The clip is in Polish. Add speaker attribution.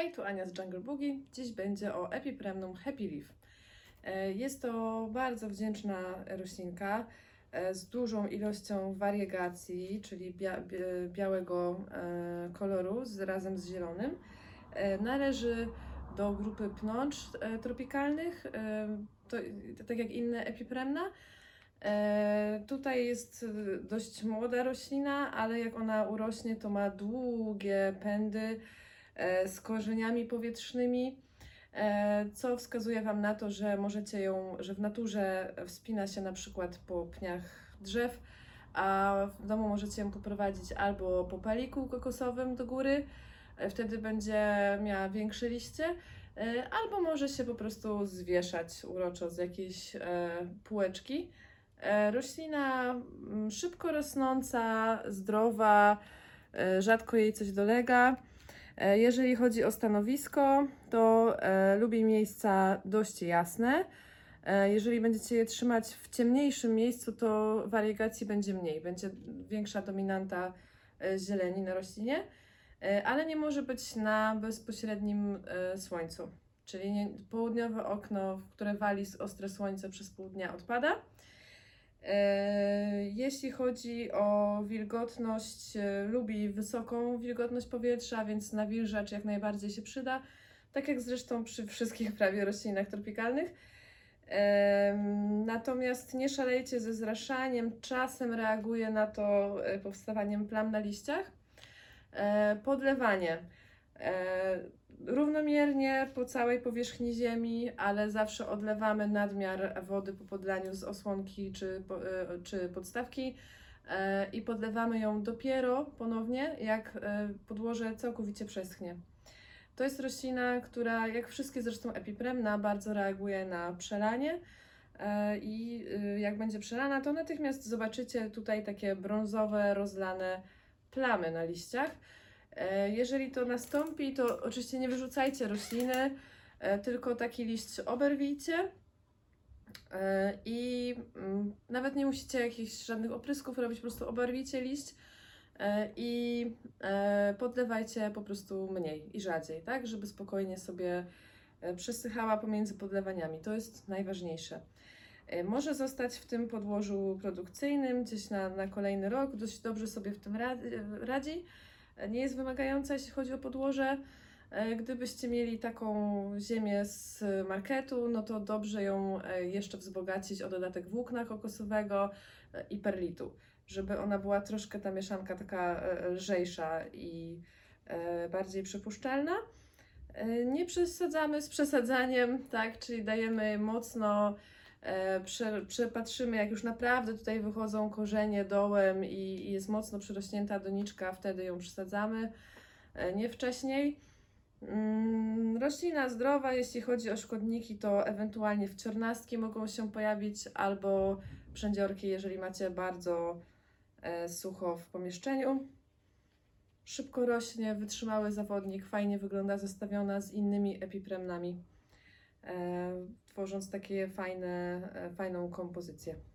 Speaker 1: Hej, tu Ania z Jungle Boogie. Dziś będzie o Epipremnum Happy Leaf. Jest to bardzo wdzięczna roślinka z dużą ilością wariegacji, czyli białego koloru razem z zielonym. Należy do grupy pnącz tropikalnych, tak jak inne epipremna. Tutaj jest dość młoda roślina, ale jak ona urośnie, to ma długie pędy z korzeniami powietrznymi, co wskazuje Wam na to, że możecie ją, że w naturze wspina się na przykład po pniach drzew, a w domu możecie ją poprowadzić albo po paliku kokosowym do góry, wtedy będzie miała większe liście, albo może się po prostu zwieszać uroczo z jakiejś półeczki. Roślina szybko rosnąca, zdrowa, rzadko jej coś dolega. Jeżeli chodzi o stanowisko, to lubi miejsca dość jasne. Jeżeli będziecie je trzymać w ciemniejszym miejscu, to wariegacji będzie mniej, będzie większa dominanta zieleni na roślinie, ale nie może być na bezpośrednim słońcu, czyli południowe okno, w które wali ostre słońce przez pół dnia, odpada. Jeśli chodzi o wilgotność, lubi wysoką wilgotność powietrza, więc nawilżacz jak najbardziej się przyda, tak jak zresztą przy wszystkich prawie roślinach tropikalnych. Natomiast nie szalejcie ze zraszaniem, czasem reaguje na to powstawaniem plam na liściach. Podlewanie. Równomiernie po całej powierzchni ziemi, ale zawsze odlewamy nadmiar wody po podlaniu z osłonki czy podstawki i podlewamy ją dopiero ponownie, jak podłoże całkowicie przeschnie. To jest roślina, która, jak wszystkie zresztą epipremna, bardzo reaguje na przelanie i jak będzie przelana, to natychmiast zobaczycie tutaj takie brązowe, rozlane plamy na liściach. Jeżeli to nastąpi, to oczywiście nie wyrzucajcie rośliny, tylko taki liść oberwijcie i nawet nie musicie jakichś żadnych oprysków robić, po prostu oberwijcie liść i podlewajcie po prostu mniej i rzadziej, tak, żeby spokojnie sobie przesychała pomiędzy podlewaniami. To jest najważniejsze. Może zostać w tym podłożu produkcyjnym gdzieś na kolejny rok, dość dobrze sobie w tym radzi. Nie jest wymagająca, jeśli chodzi o podłoże. Gdybyście mieli taką ziemię z marketu, no to dobrze ją jeszcze wzbogacić o dodatek włókna kokosowego i perlitu, żeby ona była troszkę, ta mieszanka taka lżejsza i bardziej przepuszczalna. Nie przesadzamy z przesadzaniem, tak, czyli dajemy mocno, przepatrzymy, jak już naprawdę tutaj wychodzą korzenie dołem i jest mocno przyrośnięta doniczka, wtedy ją przesadzamy, nie wcześniej. Roślina zdrowa, jeśli chodzi o szkodniki, to ewentualnie wciornastki mogą się pojawić, albo przędziorki, jeżeli macie bardzo sucho w pomieszczeniu. Szybko rośnie, wytrzymały zawodnik, fajnie wygląda zestawiona z innymi epipremnami, tworząc takie fajną kompozycję.